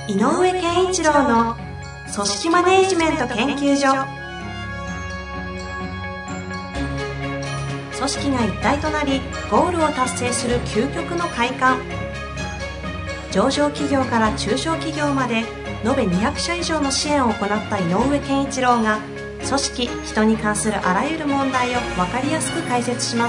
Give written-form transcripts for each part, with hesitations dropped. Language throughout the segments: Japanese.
井上健一郎の組織マネジメント研究所。組織が一体となりゴールを達成する究極の快感。上場企業から中小企業まで延べ200社以上の支援を行った井上健一郎が、組織・人に関するあらゆる問題を分かりやすく解説します。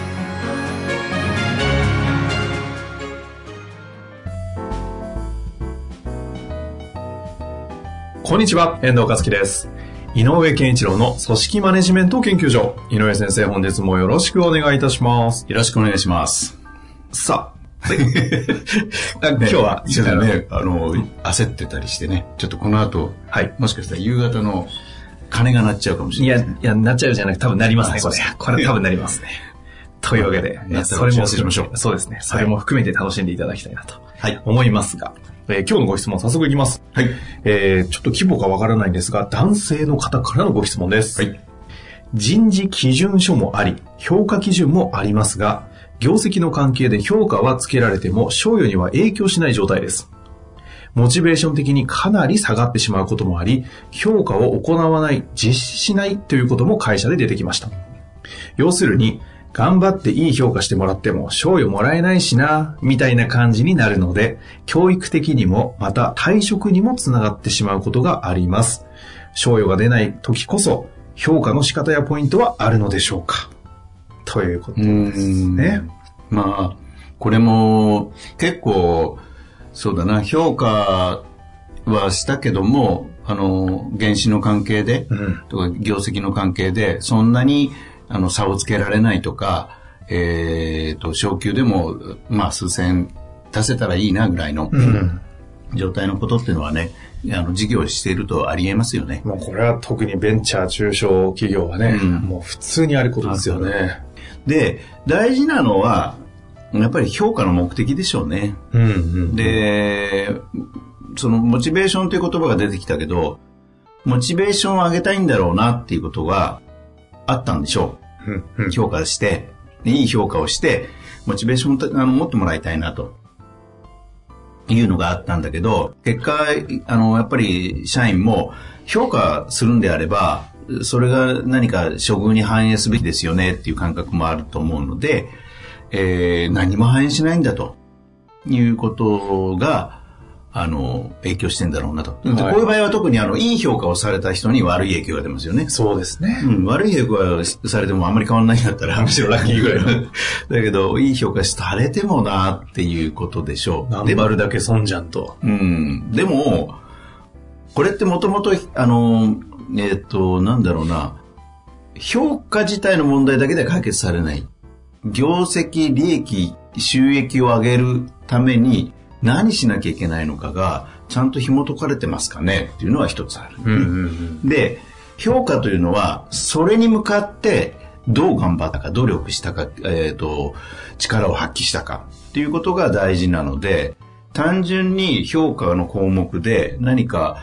こんにちは、遠藤和樹です。井上健一郎の組織マネジメント研究所。井上先生、本日もよろしくお願いいたします。 よろしくお願いします。 さあ、今日は、 ちょっとね、焦ってたりしてね、ちょっとこの後、はい、もしかしたら夕方の鐘が鳴っちゃうかもしれない、ね。 いや、鳴っちゃうじゃなくて多分鳴りますね、これ多分鳴りますね。というわけで、 それもしましょう。 そうですね。それも含めて楽しんでいただきたいなと思いますが、今日のご質問早速いきます。はい。ちょっと規模がわからないんですが、男性の方からのご質問です。はい。人事基準書もあり、評価基準もありますが、業績の関係で評価はつけられても、賞与には影響しない状態です。モチベーション的にかなり下がってしまうこともあり、評価を行わない、実施しないということも会社で出てきました。要するに、頑張っていい評価してもらっても賞与もらえないしな、みたいな感じになるので、教育的にもまた退職にもつながってしまうことがあります。賞与が出ない時こそ、評価の仕方やポイントはあるのでしょうか、ということですね。 まあ、これも結構、そうだな、評価はしたけども、原資の関係で、とか業績の関係で、そんなに差をつけられないとか、昇給でも、まあ、数千出せたらいいなぐらいの、状態のことっていうのはね、事業しているとありえますよね。 もうこれは特にベンチャー中小企業はね、もう普通にあることですよね。 で、大事なのは、やっぱり評価の目的でしょうね。で、そのモチベーションという言葉が出てきたけど、モチベーションを上げたいんだろうなっていうことがあったんでしょう。評価して、いい評価をして、モチベーションを持ってもらいたいなというのがあったんだけど、結果、やっぱり社員も評価するんであれば、それが何か処遇に反映すべきですよねっていう感覚もあると思うので、何も反映しないんだということが、影響してんだろうなと。こういう場合は特にいい評価をされた人に悪い影響が出ますよね。 そうですね。 悪い評価されてもあんまり変わんないんだったら、むしろラッキーぐらいの。だけど、いい評価されてもなっていうことでしょう。 頑張るだけ損じゃんと。 でも、これってもともと、なんだろうな、評価自体の問題だけでは解決されない。業績、利益、収益を上げるために、何しなきゃいけないのかがちゃんと紐解かれてますかねっていうのは一つある。で、評価というのはそれに向かってどう頑張ったか、努力したか、力を発揮したかっていうことが大事なので、単純に評価の項目で何か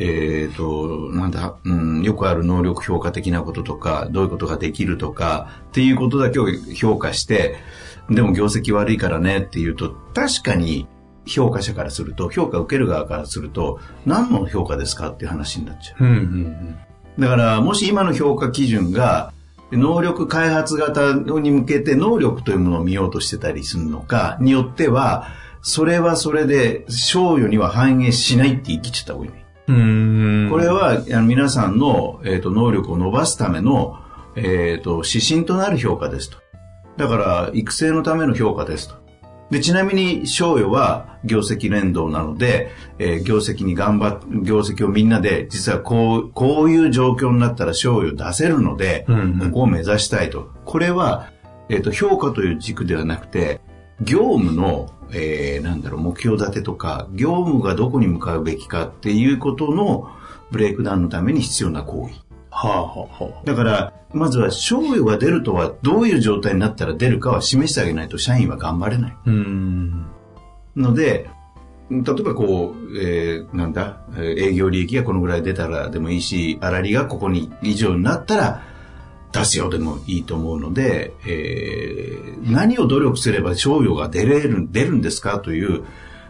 よくある能力評価的なこととか、どういうことができるとかっていうことだけを評価して、でも業績悪いからねっていうと、確かに評価者からすると、評価受ける側からすると、何の評価ですかっていう話になっちゃう。だから、もし今の評価基準が、能力開発型に向けて能力というものを見ようとしてたりするのかによっては、それはそれで賞与には反映しないって言い切っちゃった方がいい。これは皆さんの、能力を伸ばすための、指針となる評価ですと。だから、育成のための評価ですと。で、ちなみに賞与は業績連動なので、業績をみんなで、実はこういう状況になったら賞与出せるので、ここを目指したいと。これは、評価という軸ではなくて、業務の、目標立てとか、業務がどこに向かうべきかっていうことのブレイクダウンのために必要な行為。だから、まずは賞与が出るとはどういう状態になったら出るかは示してあげないと社員は頑張れない。ので、例えば営業利益がこのぐらい出たらでもいいし、粗利がここに以上になったら出すよでもいいと思うので、何を努力すれば賞与が出るんですかという、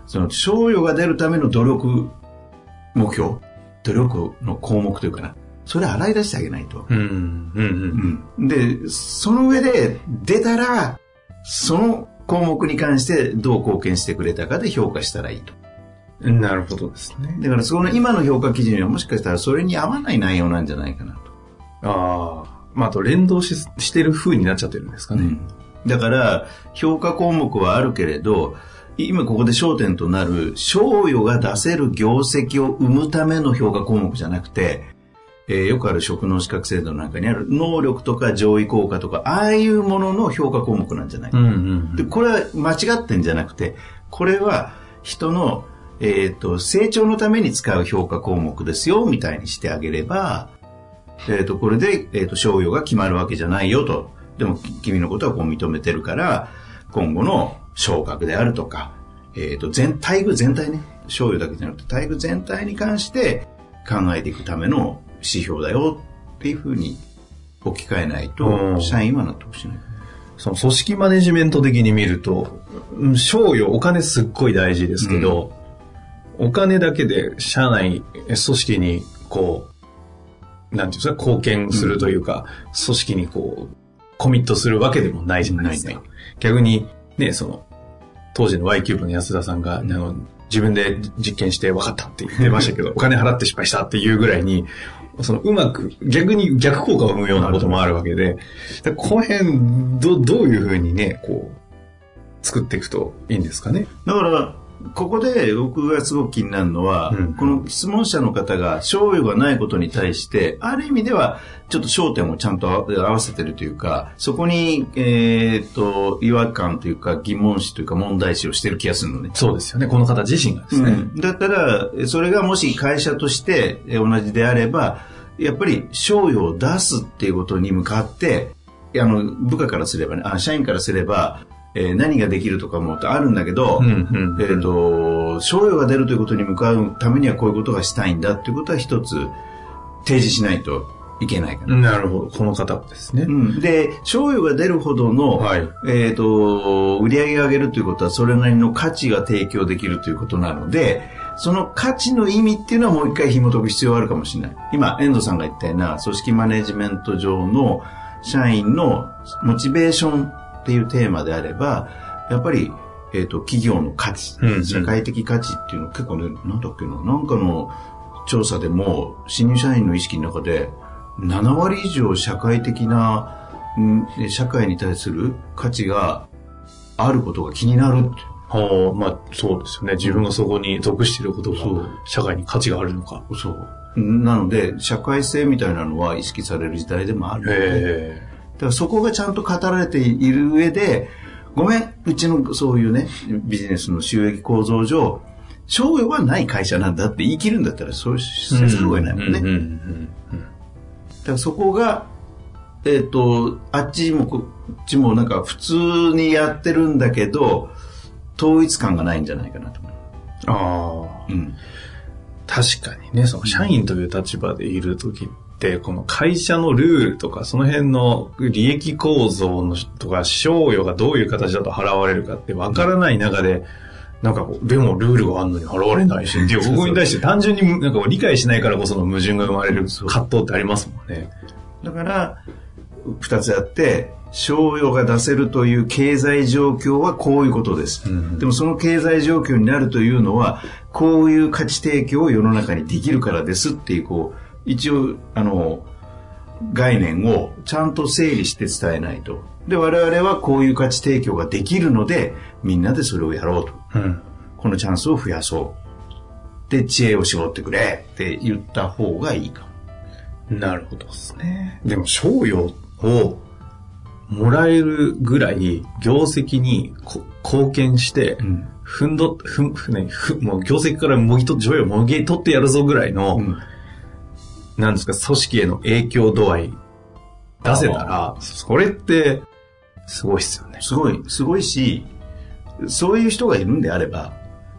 その賞与が出るための努力目標、努力の項目というかな、それ洗い出してあげないと。で、その上で出たら、その項目に関してどう貢献してくれたかで評価したらいいと。 なるほどですね。 だからその今の評価基準はもしかしたらそれに合わない内容なんじゃないかなと。 あと連動してる風になっちゃってるんですかね。 だから評価項目はあるけれど、今ここで焦点となる賞与が出せる業績を生むための評価項目じゃなくて、よくある職能資格制度の中にある能力とか上位効果とか、ああいうものの評価項目なんじゃないか、で、これは間違ってんじゃなくて、これは人の、成長のために使う評価項目ですよみたいにしてあげれば、これで、賞与が決まるわけじゃないよと。でも君のことはこう認めてるから今後の昇格であるとか、待遇全体ね、賞与だけじゃなくて待遇全体に関して考えていくための指標だよっていうふうに置き換えないと社員は納得しない。 その組織マネジメント的に見ると、賞与、お金すっごい大事ですけど、お金だけで社内、組織にこう、なんていうんですか、貢献するというか、組織にこう、コミットするわけでもないじゃないですか。逆に、ね、その、当時の Y キューブの安田さんが、自分で実験して分かったって言ってましたけど、お金払って失敗したっていうぐらいに、そのうまく、逆に逆効果を生むようなこともあるわけで、この辺、どういうふうにね、こう、作っていくといいんですかね。 だから、ここで僕がすごく気になるのは、この質問者の方が賞与がないことに対して、ある意味ではちょっと焦点をちゃんと合わせてるというか、そこに、違和感というか疑問視というか問題視をしてる気がするのね。 そうですよね。この方自身がですね。 だったら、それがもし会社として同じであれば、やっぱり賞与を出すっていうことに向かって、部下からすればね、社員からすれば、何ができるとかもあるんだけど、賞与が出るということに向かうためにはこういうことがしたいんだっていうことは一つ提示しないといけないかな。 なるほど。この方ですね。 で、賞与が出るほどの、売り上げが上げるということはそれなりの価値が提供できるということなので、その価値の意味っていうのはもう一回紐解く必要があるかもしれない。今、遠藤さんが言ったような組織マネジメント上の社員のモチベーションっていうテーマであれば、やっぱり、企業の価値、社会的価値っていうの結構ね、なんだっけな、なんかの調査でも新入社員の意識の中で7割以上社会的な、社会に対する価値があることが気になるって。 まあそうですよね。自分がそこに属していることが社会に価値があるのか。 そう。なので社会性みたいなのは意識される時代でもあるので。だからそこがちゃんと語られている上で、ごめん、うちのそういうね、ビジネスの収益構造上、賞与はない会社なんだって言い切るんだったら、そうせざるを得ないもんね。だからそこが、あっちもこっちもなんか普通にやってるんだけど、統一感がないんじゃないかなと思う。 確かにね、その社員という立場でいるときでこの会社のルールとかその辺の利益構造のとか賞与がどういう形だと払われるかって分からない中で、なんかでもルールがあるのに払われないしっていうここに対して単純になんか理解しないからこその矛盾が生まれる葛藤ってありますもんね。 だから2つあって、賞与が出せるという経済状況はこういうことです、でもその経済状況になるというのはこういう価値提供を世の中にできるからですっていう、こう一応概念をちゃんと整理して伝えないと。で、我々はこういう価値提供ができるのでみんなでそれをやろうと、このチャンスを増やそうで、知恵を絞ってくれって言った方がいいかも。 なるほどですね。でも賞与をもらえるぐらい業績に貢献して、もう業績から賞与をもぎ取ってやるぞぐらいの、なんですか、組織への影響度合い出せたら、それってすごいっすよね。 すごいし、そういう人がいるんであれば、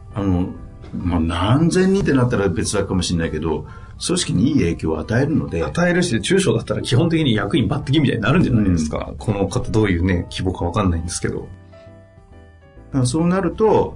何千人ってなったら別だかもしれないけど、組織にいい影響を与えるので。 与えるし、中小だったら基本的に役員抜擢みたいになるんじゃないですか。この方どういうね、規模かわかんないんですけど。 そうなると、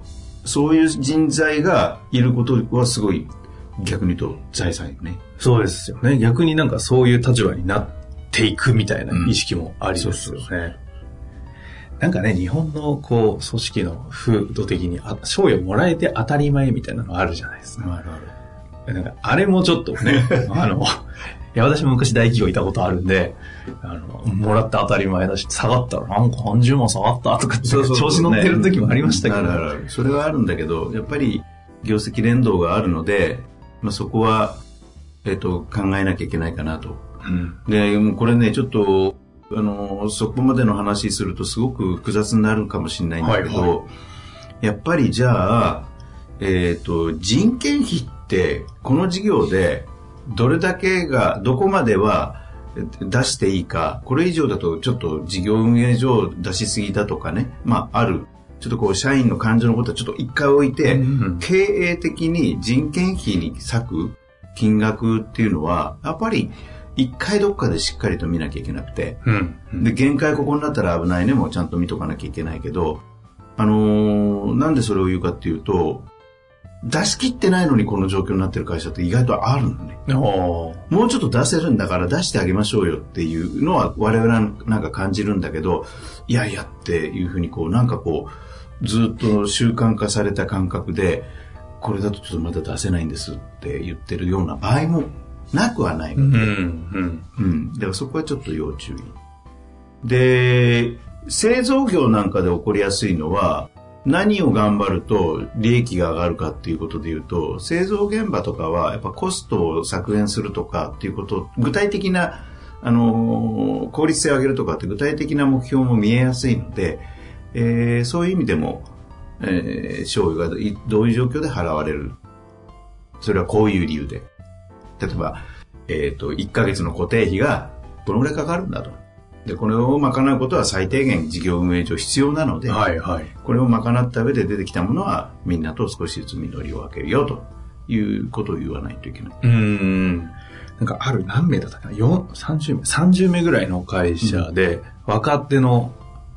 そういう人材がいることはすごい逆に言うと財産よね。 そうですよね。逆になんかそういう立場になっていくみたいな意識もありますよね。なんかね、日本のこう組織の風土的に賞与もらえて当たり前みたいなのあるじゃないですか。なんかあれもちょっとね、いや私も昔大企業いたことあるんで、もらって当たり前だし、下がったらなんか30万下がったとか調子乗ってる時もありましたけど、 それはあるんだけど、やっぱり業績連動があるので、そこは考えなきゃいけないかなと。で、もうこれね、ちょっとそこまでの話するとすごく複雑になるかもしれないんだけど、やっぱりじゃあ、人件費ってこの事業でどれだけがどこまでは出していいか、これ以上だとちょっと事業運営上出しすぎだとかね、あるちょっとこう社員の感情のことはちょっと一回置いて、経営的に人件費に割く金額っていうのはやっぱり一回どっかでしっかりと見なきゃいけなくて、で限界ここになったら危ないねもちゃんと見とかなきゃいけないけど、なんでそれを言うかっていうと、出し切ってないのにこの状況になってる会社って意外とあるのね。もうちょっと出せるんだから出してあげましょうよっていうのは我々なんか感じるんだけど、いやいやっていうふうになんかずっと習慣化された感覚で、これだとちょっとまだ出せないんですって言ってるような場合もなくはないので、だからそこはちょっと要注意で、製造業なんかで起こりやすいのは、何を頑張ると利益が上がるかっていうことでいうと、製造現場とかはやっぱコストを削減するとかっていうこと、具体的な効率性を上げるとかって具体的な目標も見えやすいので、そういう意味でも、賞与がどういう状況で払われる、それはこういう理由で、例えば、1ヶ月の固定費がどのぐらいかかるんだと。で、これを賄うことは最低限事業運営上必要なので、これを賄った上で出てきたものはみんなと少しずつ実りを分けるよということを言わないといけない。 なんか何名だったかな、30名ぐらいの会社で、若手の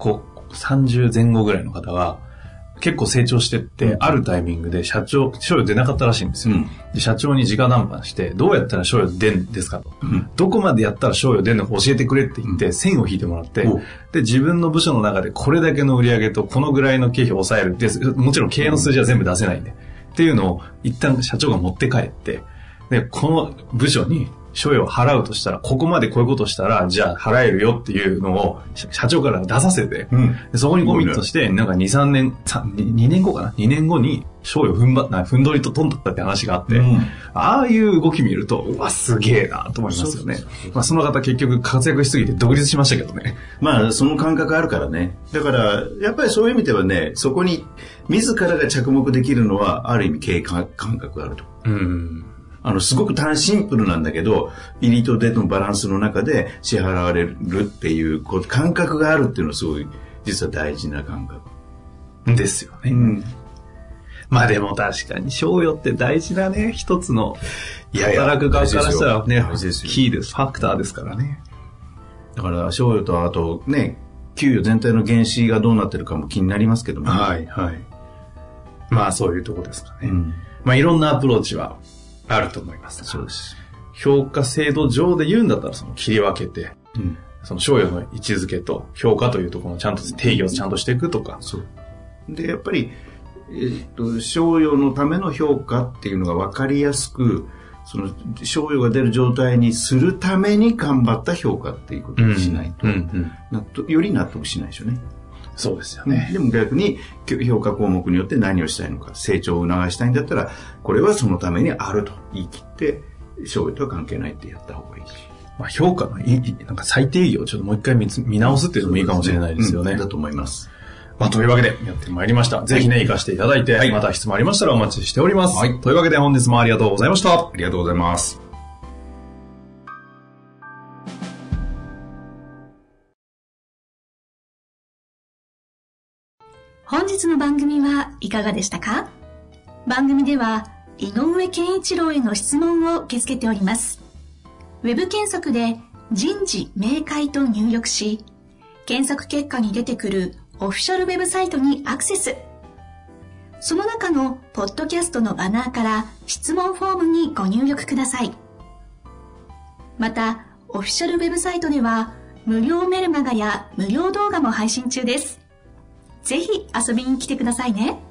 30前後ぐらいの方が結構成長してって、あるタイミングで賞与出なかったらしいんですよ。で社長に直談判して、どうやったら賞与出んですかと。どこまでやったら賞与出んのか教えてくれって言って、線を引いてもらって、で、自分の部署の中でこれだけの売り上げとこのぐらいの経費を抑える。で、もちろん経営の数字は全部出せないんで。っていうのを一旦社長が持って帰って、で、この部署に賞与を払うとしたら、ここまでこういうことしたら、じゃあ払えるよっていうのを社長から出させて、でそこにコミットして、なんか2年後かな ?2 年後に賞与ふんどりと飛んだったって話があって、ああいう動き見ると、うわ、すげえなと思いますよね。その方結局活躍しすぎて独立しましたけどね。 その感覚あるからね。だから、やっぱりそういう意味ではね、そこに自らが着目できるのは、ある意味経営感覚があると。すごくシンプルなんだけど、エリートでのバランスの中で支払われるっていう、感覚があるっていうのはすごい、実は大事な感覚。 ですよね。でも確かに、賞与って大事なね、一つの、働く側からしたらね、キーです、ファクターですからね。 だから、賞与とあとね、給与全体の原資がどうなってるかも気になりますけども、 そういうとこですかね。いろんなアプローチは、あると思います。 そうです。 評価制度上で言うんだったら切り分けて、その賞与の位置づけと評価というところのちゃんと定義をちゃんとしていくとか。 そう。で、やっぱり、賞与のための評価っていうのが分かりやすく、その賞与が出る状態にするために頑張った評価っていうことにしないと、より納得しないでしょうね。 そうですよね。 でも逆に評価項目によって何をしたいのか、成長を促したいんだったら、これはそのためにあると言い切って、賞与とは関係ないってやった方がいいし。 評価のなんか最低義をちょっともう一回見直すっていうのもいいかもしれないですよね。 だと思います。 というわけでやってまいりました。ぜひね、活かしていただいて、また質問ありましたらお待ちしております。というわけで本日もありがとうございました。 ありがとうございます。 本日の番組はいかがでしたか？番組では井上健一郎への質問を受け付けております。ウェブ検索で人事明快と入力し、検索結果に出てくるオフィシャルウェブサイトにアクセス。 その中のポッドキャストのバナーから質問フォームにご入力ください。また、オフィシャルウェブサイトでは無料メルマガや無料動画も配信中です。ぜひ遊びに来てくださいね。